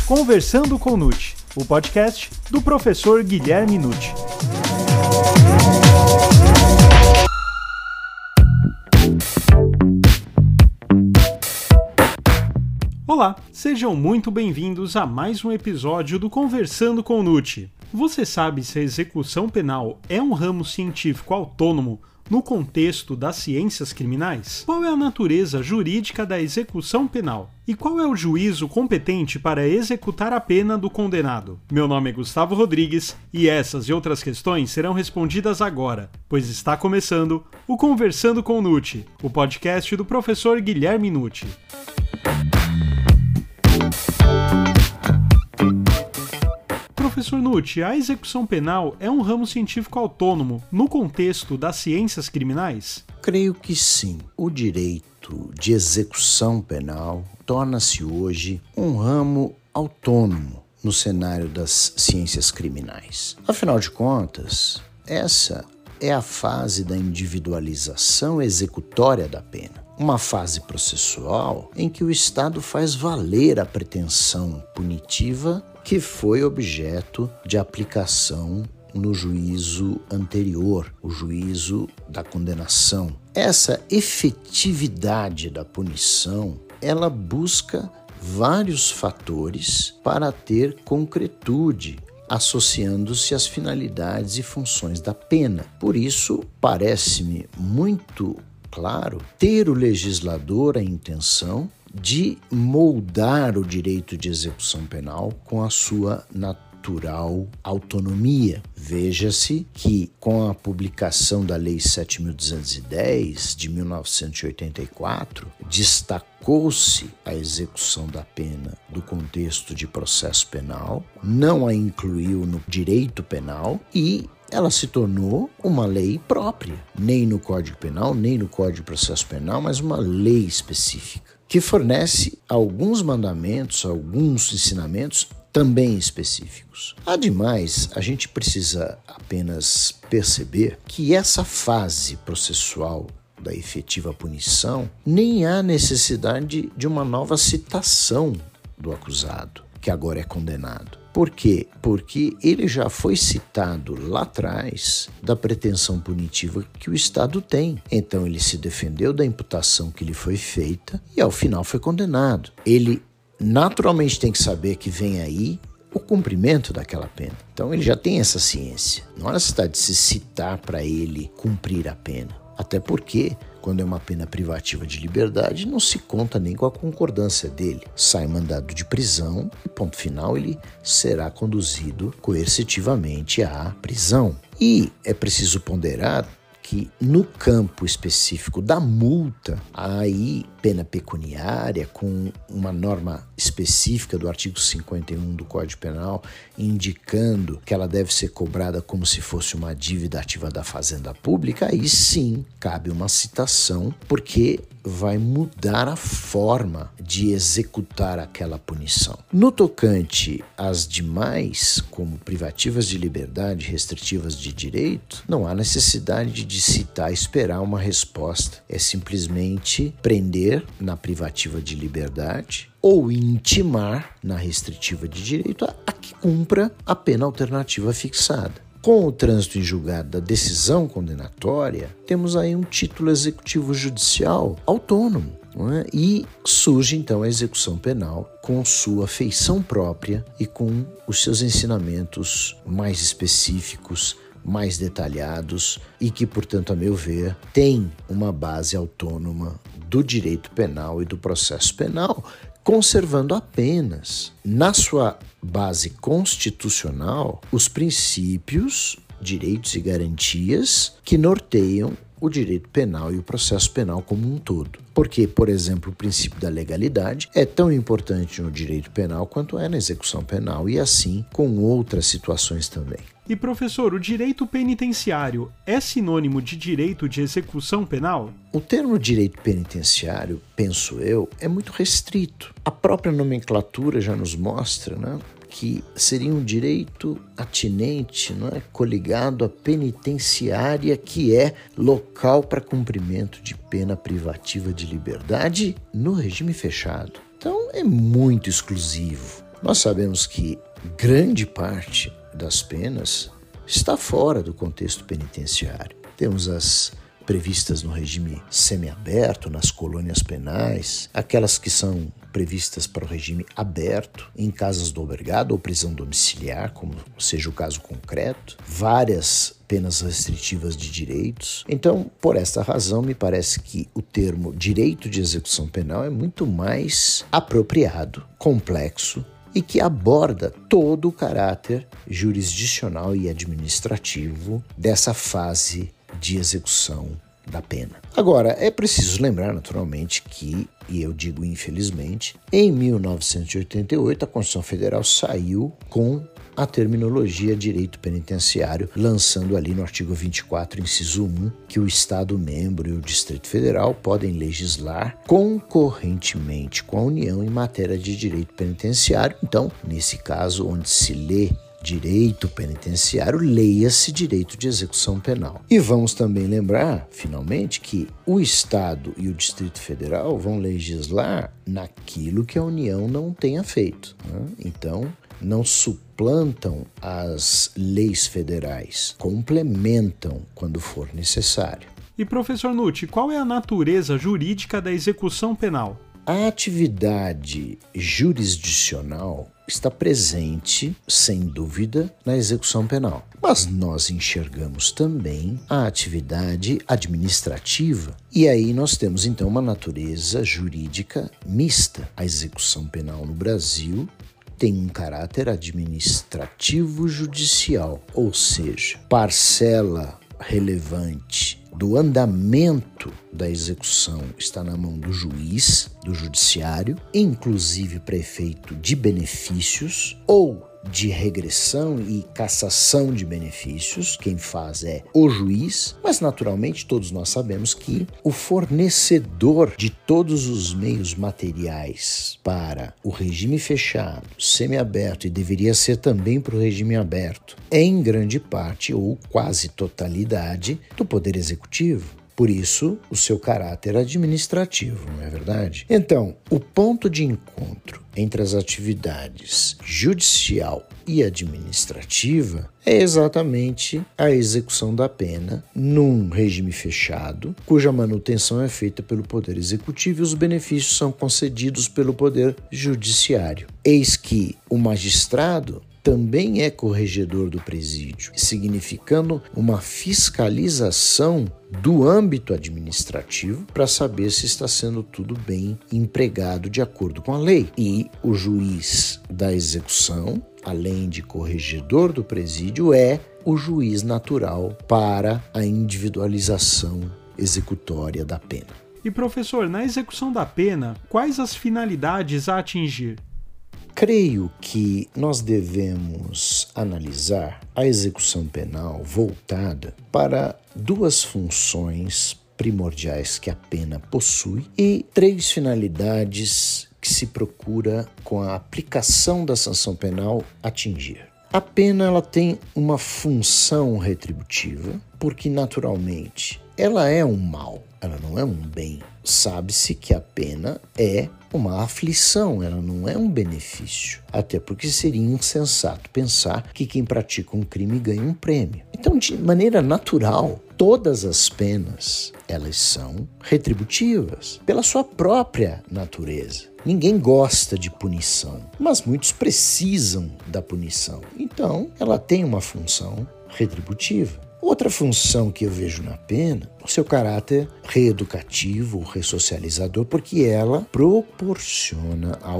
Conversando com Nucci, o podcast do professor Guilherme Nucci. Olá, sejam muito bem-vindos a mais um episódio do Conversando com Nucci. Você sabe se a execução penal é um ramo científico autônomo no contexto das ciências criminais? Qual é a natureza jurídica da execução penal? E qual é o juízo competente para executar a pena do condenado? Meu nome é Gustavo Rodrigues e essas e outras questões serão respondidas agora, pois está começando o Conversando com Nucci, o podcast do professor Guilherme Nucci. Professor Nucci, a execução penal é um ramo científico autônomo no contexto das ciências criminais? Creio que sim. O direito de execução penal torna-se hoje um ramo autônomo no cenário das ciências criminais. Afinal de contas, essa é a fase da individualização executória da pena. Uma fase processual em que o Estado faz valer a pretensão punitiva que foi objeto de aplicação no juízo anterior, o juízo da condenação. Essa efetividade da punição, ela busca vários fatores para ter concretude, associando-se às finalidades e funções da pena. Por isso, parece-me muito claro ter o legislador a intenção de moldar o direito de execução penal com a sua natural autonomia. Veja-se que, com a publicação da Lei 7.210 de 1984, destacou-se a execução da pena do contexto de processo penal, não a incluiu no direito penal e ela se tornou uma lei própria, nem no Código Penal, nem no Código de Processo Penal, mas uma lei específica, que fornece alguns mandamentos, alguns ensinamentos também específicos. Ademais, a gente precisa apenas perceber que essa fase processual da efetiva punição nem há necessidade de uma nova citação do acusado, que agora é condenado. Por quê? Porque ele já foi citado lá atrás da pretensão punitiva que o Estado tem. Então ele se defendeu da imputação que lhe foi feita e ao final foi condenado. Ele naturalmente tem que saber que vem aí o cumprimento daquela pena. Então ele já tem essa ciência. Não há necessidade de se citar para ele cumprir a pena. Até porque, quando é uma pena privativa de liberdade, não se conta nem com a concordância dele. Sai mandado de prisão e, ponto final, ele será conduzido coercitivamente à prisão. E é preciso ponderar que, no campo específico da multa, há aí pena pecuniária com uma norma específica do artigo 51 do Código Penal, indicando que ela deve ser cobrada como se fosse uma dívida ativa da Fazenda Pública, aí sim cabe uma citação, porque vai mudar a forma de executar aquela punição. No tocante às demais, como privativas de liberdade, restritivas de direito, não há necessidade de citar e esperar uma resposta. É simplesmente prender na privativa de liberdade ou intimar na restritiva de direito a que cumpra a pena alternativa fixada. Com o trânsito em julgado da decisão condenatória, temos aí um título executivo judicial autônomo, não é? E surge então a execução penal com sua feição própria e com os seus ensinamentos mais específicos, mais detalhados e que, portanto, a meu ver, tem uma base autônoma do direito penal e do processo penal, conservando apenas, na sua base constitucional, os princípios, direitos e garantias que norteiam o direito penal e o processo penal como um todo. Porque, por exemplo, o princípio da legalidade é tão importante no direito penal quanto é na execução penal e assim com outras situações também. E professor, o direito penitenciário é sinônimo de direito de execução penal? O termo direito penitenciário, penso eu, é muito restrito. A própria nomenclatura já nos mostra, né, que seria um direito atinente, não é, coligado à penitenciária, que é local para cumprimento de pena privativa de liberdade no regime fechado. Então é muito exclusivo. Nós sabemos que grande parte das penas está fora do contexto penitenciário. Temos as previstas no regime semiaberto, nas colônias penais, aquelas que são previstas para o regime aberto, em casas do albergado ou prisão domiciliar, como seja o caso concreto, várias penas restritivas de direitos. Então, por esta razão, me parece que o termo direito de execução penal é muito mais apropriado, complexo, e que aborda todo o caráter jurisdicional e administrativo dessa fase de execução da pena. Agora, é preciso lembrar, naturalmente, que, e eu digo infelizmente, em 1988 a Constituição Federal saiu com a terminologia direito penitenciário, lançando ali no artigo 24, inciso 1, que o Estado membro e o Distrito Federal podem legislar concorrentemente com a União em matéria de direito penitenciário. Então, nesse caso, onde se lê direito penitenciário, leia-se direito de execução penal. E vamos também lembrar, finalmente, que o Estado e o Distrito Federal vão legislar naquilo que a União não tenha feito, né? Então, não suplantam as leis federais, complementam quando for necessário. E professor Nutti, qual é a natureza jurídica da execução penal? A atividade jurisdicional está presente, sem dúvida, na execução penal. Mas nós enxergamos também a atividade administrativa. E aí nós temos, então, uma natureza jurídica mista. A execução penal no Brasil tem um caráter administrativo-judicial, ou seja, parcela relevante do andamento da execução está na mão do juiz, do judiciário, inclusive prefeito de benefícios ou de regressão e cassação de benefícios, quem faz é o juiz, mas naturalmente todos nós sabemos que o fornecedor de todos os meios materiais para o regime fechado, semiaberto e deveria ser também para o regime aberto, é em grande parte ou quase totalidade do Poder Executivo. Por isso, o seu caráter administrativo, não é verdade? Então, o ponto de encontro entre as atividades judicial e administrativa é exatamente a execução da pena num regime fechado, cuja manutenção é feita pelo Poder Executivo e os benefícios são concedidos pelo Poder Judiciário. Eis que o magistrado também é corregedor do presídio, significando uma fiscalização do âmbito administrativo para saber se está sendo tudo bem empregado de acordo com a lei. E o juiz da execução, além de corregedor do presídio, é o juiz natural para a individualização executória da pena. E professor, na execução da pena, quais as finalidades a atingir? Creio que nós devemos analisar a execução penal voltada para duas funções primordiais que a pena possui e três finalidades que se procura, com a aplicação da sanção penal, atingir. A pena ela tem uma função retributiva, porque naturalmente ela é um mal, ela não é um bem. Sabe-se que a pena é uma aflição, ela não é um benefício. Até porque seria insensato pensar que quem pratica um crime ganha um prêmio. Então, de maneira natural, todas as penas, elas são retributivas pela sua própria natureza. Ninguém gosta de punição, mas muitos precisam da punição. Então, ela tem uma função retributiva. Outra função que eu vejo na pena é o seu caráter reeducativo, ressocializador, porque ela proporciona a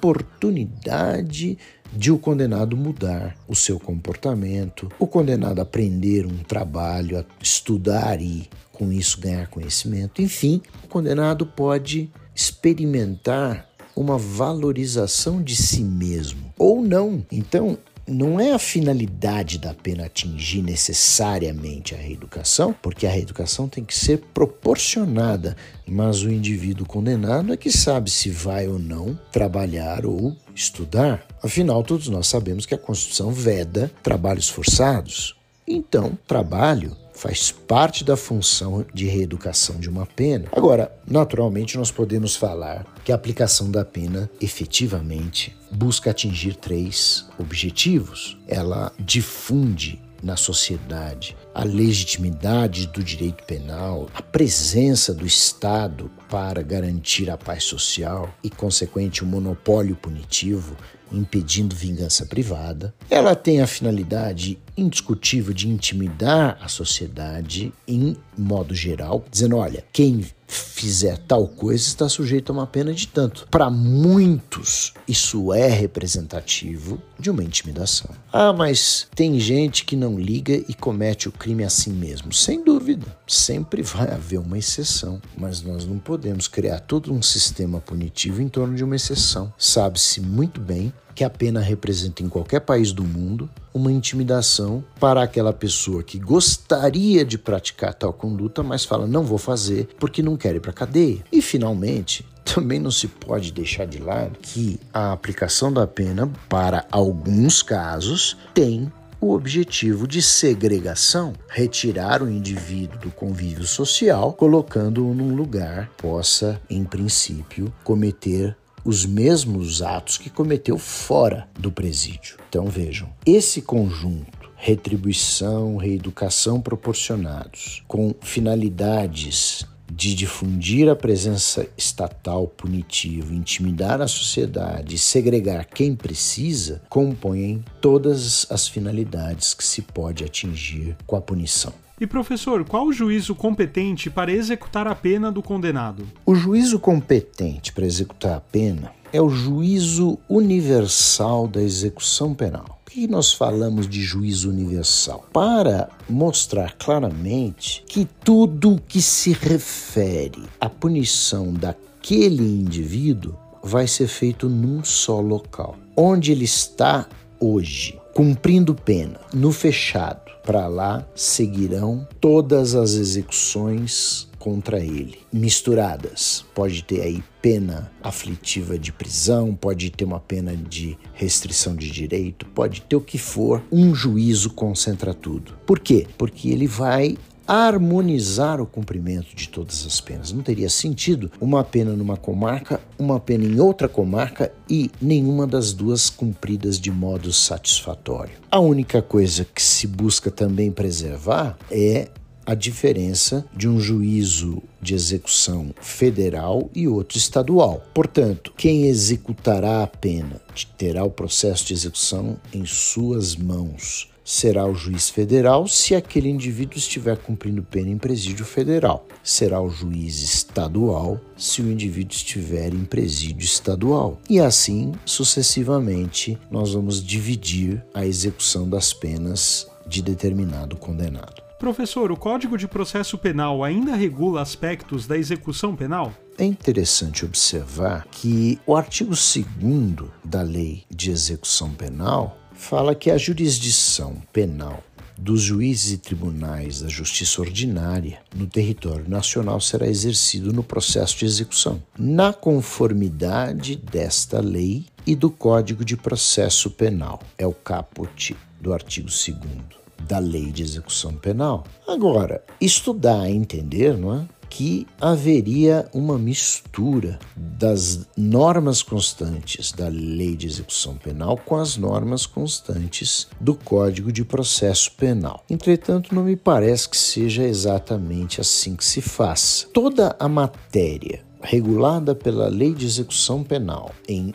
oportunidade de o condenado mudar o seu comportamento, o condenado aprender um trabalho, a estudar e, com isso, ganhar conhecimento. Enfim, o condenado pode experimentar uma valorização de si mesmo, ou não. Então, não é a finalidade da pena atingir necessariamente a reeducação, porque a reeducação tem que ser proporcionada, mas o indivíduo condenado é que sabe se vai ou não trabalhar ou estudar. Afinal, todos nós sabemos que a Constituição veda trabalhos forçados. Então, trabalho faz parte da função de reeducação de uma pena. Agora, naturalmente, nós podemos falar que a aplicação da pena efetivamente busca atingir 3 objetivos. Ela difunde na sociedade a legitimidade do direito penal, a presença do Estado para garantir a paz social e, consequente, o monopólio punitivo, impedindo vingança privada. Ela tem a finalidade indiscutível de intimidar a sociedade em modo geral, dizendo, olha, quem fizer tal coisa está sujeito a uma pena de tanto. Para muitos, isso é representativo de uma intimidação. Ah, mas tem gente que não liga e comete o crime assim mesmo. Sem dúvida, sempre vai haver uma exceção, mas nós não podemos criar todo um sistema punitivo em torno de uma exceção. Sabe-se muito bem que a pena representa em qualquer país do mundo uma intimidação para aquela pessoa que gostaria de praticar tal conduta, mas fala, não vou fazer porque não quer ir para a cadeia. E, finalmente, também não se pode deixar de lado que a aplicação da pena, para alguns casos, tem o objetivo de segregação, retirar o indivíduo do convívio social, colocando-o num lugar que possa, em princípio, cometer os mesmos atos que cometeu fora do presídio. Então vejam, esse conjunto, retribuição, reeducação proporcionados, com finalidades de difundir a presença estatal punitiva, intimidar a sociedade e segregar quem precisa, compõem todas as finalidades que se pode atingir com a punição. E, professor, qual o juízo competente para executar a pena do condenado? O juízo competente para executar a pena é o juízo universal da execução penal. Por que nós falamos de juízo universal? Para mostrar claramente que tudo que se refere à punição daquele indivíduo vai ser feito num só local. Onde ele está hoje, cumprindo pena, no fechado, para lá seguirão todas as execuções contra ele, misturadas. Pode ter aí pena aflitiva de prisão, pode ter uma pena de restrição de direito, pode ter o que for, um juízo concentra tudo. Por quê? Porque ele vai harmonizar o cumprimento de todas as penas. Não teria sentido uma pena numa comarca, uma pena em outra comarca e nenhuma das duas cumpridas de modo satisfatório. A única coisa que se busca também preservar é a diferença de um juízo de execução federal e outro estadual. Portanto, quem executará a pena terá o processo de execução em suas mãos. Será o juiz federal se aquele indivíduo estiver cumprindo pena em presídio federal. Será o juiz estadual se o indivíduo estiver em presídio estadual. E assim, sucessivamente, nós vamos dividir a execução das penas de determinado condenado. Professor, o Código de Processo Penal ainda regula aspectos da execução penal? É interessante observar que o artigo 2º da Lei de Execução Penal fala que a jurisdição penal dos juízes e tribunais da justiça ordinária no território nacional será exercido no processo de execução, na conformidade desta lei e do Código de Processo Penal. É o caput do artigo 2º da Lei de Execução Penal. Agora, isto dá a entender, não é, que haveria uma mistura das normas constantes da Lei de Execução Penal com as normas constantes do Código de Processo Penal. Entretanto, não me parece que seja exatamente assim que se faça. Toda a matéria regulada pela Lei de Execução Penal em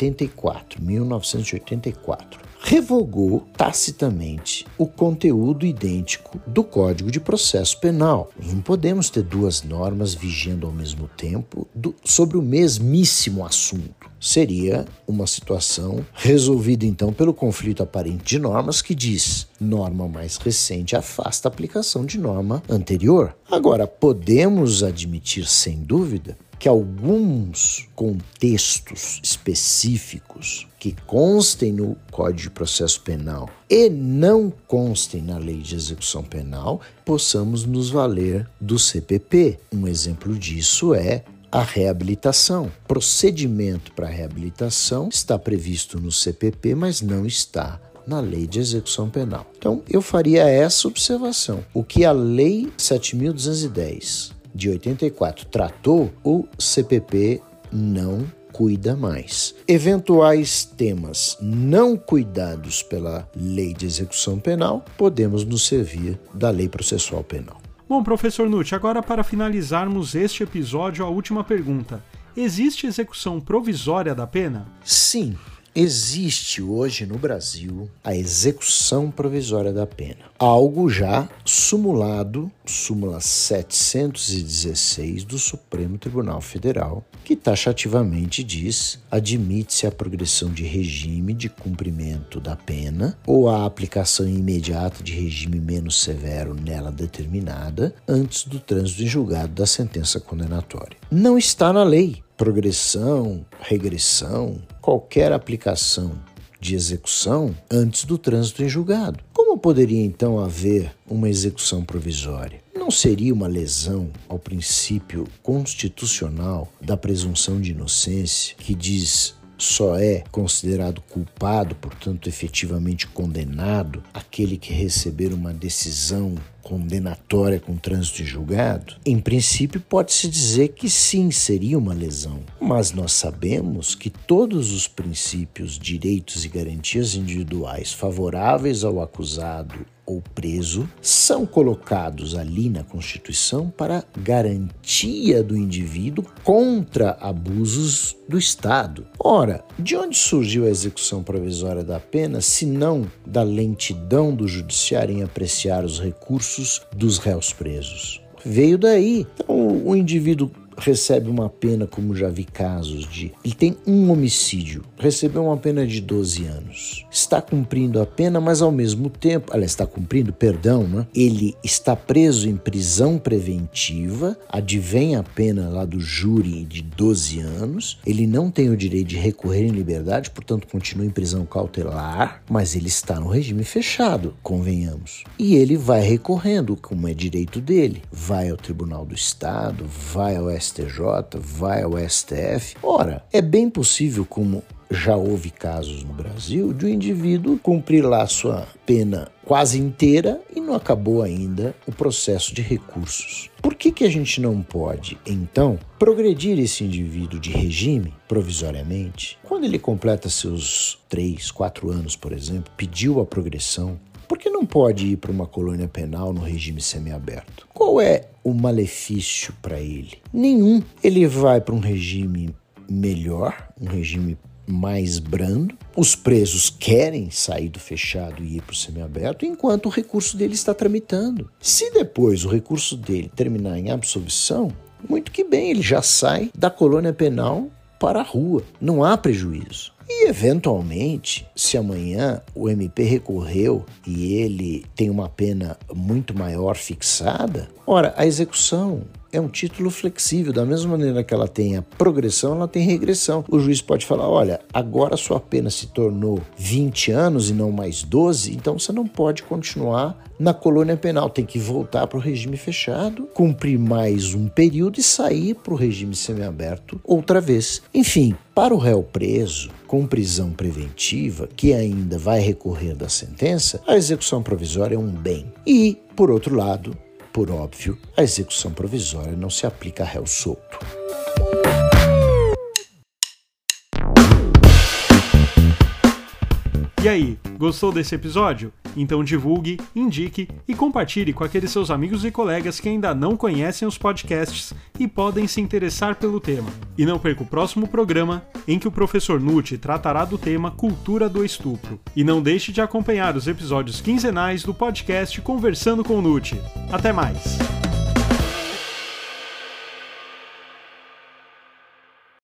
1984, revogou tacitamente o conteúdo idêntico do Código de Processo Penal. Não podemos ter duas normas vigiando ao mesmo tempo sobre o mesmíssimo assunto. Seria uma situação resolvida, então, pelo conflito aparente de normas que diz: norma mais recente afasta a aplicação de norma anterior. Agora, podemos admitir, sem dúvida, que alguns contextos específicos que constem no Código de Processo Penal e não constem na Lei de Execução Penal, possamos nos valer do CPP. Um exemplo disso é a reabilitação. Procedimento para reabilitação está previsto no CPP, mas não está na Lei de Execução Penal. Então, eu faria essa observação. O que a Lei 7.210 de 84 tratou, o CPP não cuida mais. Eventuais temas não cuidados pela Lei de Execução Penal, podemos nos servir da Lei Processual Penal. Bom, professor Nutti, agora para finalizarmos este episódio, a última pergunta. Existe execução provisória da pena? Sim. Existe hoje no Brasil a execução provisória da pena. Algo já sumulado, súmula 716 do Supremo Tribunal Federal, que taxativamente diz: admite-se a progressão de regime de cumprimento da pena ou a aplicação imediata de regime menos severo nela determinada antes do trânsito em julgado da sentença condenatória. Não está na lei. Progressão, regressão, qualquer aplicação de execução antes do trânsito em julgado. Como poderia então haver uma execução provisória? Não seria uma lesão ao princípio constitucional da presunção de inocência, que diz só é considerado culpado, portanto efetivamente condenado, aquele que receber uma decisão condenatória com trânsito em julgado? Em princípio, pode-se dizer que sim, seria uma lesão. Mas nós sabemos que todos os princípios, direitos e garantias individuais favoráveis ao acusado ou preso são colocados ali na Constituição para garantia do indivíduo contra abusos do Estado. Ora, de onde surgiu a execução provisória da pena, se não da lentidão do judiciário em apreciar os recursos dos réus presos? Veio daí. Então, o indivíduo recebe uma pena, como já vi casos de... Ele tem um homicídio, recebeu uma pena de 12 anos. Está cumprindo a pena, mas ao mesmo tempo... Aliás, está cumprindo, perdão, né? Ele está preso em prisão preventiva, advém a pena lá do júri de 12 anos, ele não tem o direito de recorrer em liberdade, portanto continua em prisão cautelar, mas ele está no regime fechado, convenhamos. E ele vai recorrendo, como é direito dele. Vai ao Tribunal do Estado, vai ao STJ, vai ao STF. Ora, é bem possível, como já houve casos no Brasil, de um indivíduo cumprir lá sua pena quase inteira e não acabou ainda o processo de recursos. Por que a gente não pode, então, progredir esse indivíduo de regime provisoriamente? Quando ele completa seus 3, 4 anos, por exemplo, pediu a progressão, por que não pode ir para uma colônia penal no regime semiaberto? Qual é o malefício para ele? Nenhum. Ele vai para um regime melhor, um regime mais brando. Os presos querem sair do fechado e ir para o semiaberto, enquanto o recurso dele está tramitando. Se depois o recurso dele terminar em absolvição, muito que bem, ele já sai da colônia penal para a rua. Não há prejuízo. E, eventualmente, se amanhã o MP recorreu e ele tem uma pena muito maior fixada, ora, a execução é um título flexível. Da mesma maneira que ela tem a progressão, ela tem regressão. O juiz pode falar: olha, agora a sua pena se tornou 20 anos e não mais 12, então você não pode continuar na colônia penal, tem que voltar para o regime fechado, cumprir mais um período e sair para o regime semiaberto outra vez. Enfim, para o réu preso com prisão preventiva, que ainda vai recorrer da sentença, a execução provisória é um bem. E, por outro lado, por óbvio, a execução provisória não se aplica a réu solto. E aí, gostou desse episódio? Então divulgue, indique e compartilhe com aqueles seus amigos e colegas que ainda não conhecem os podcasts e podem se interessar pelo tema. E não perca o próximo programa, em que o professor Nutti tratará do tema Cultura do Estupro. E não deixe de acompanhar os episódios quinzenais do podcast Conversando com o Nutti. Até mais!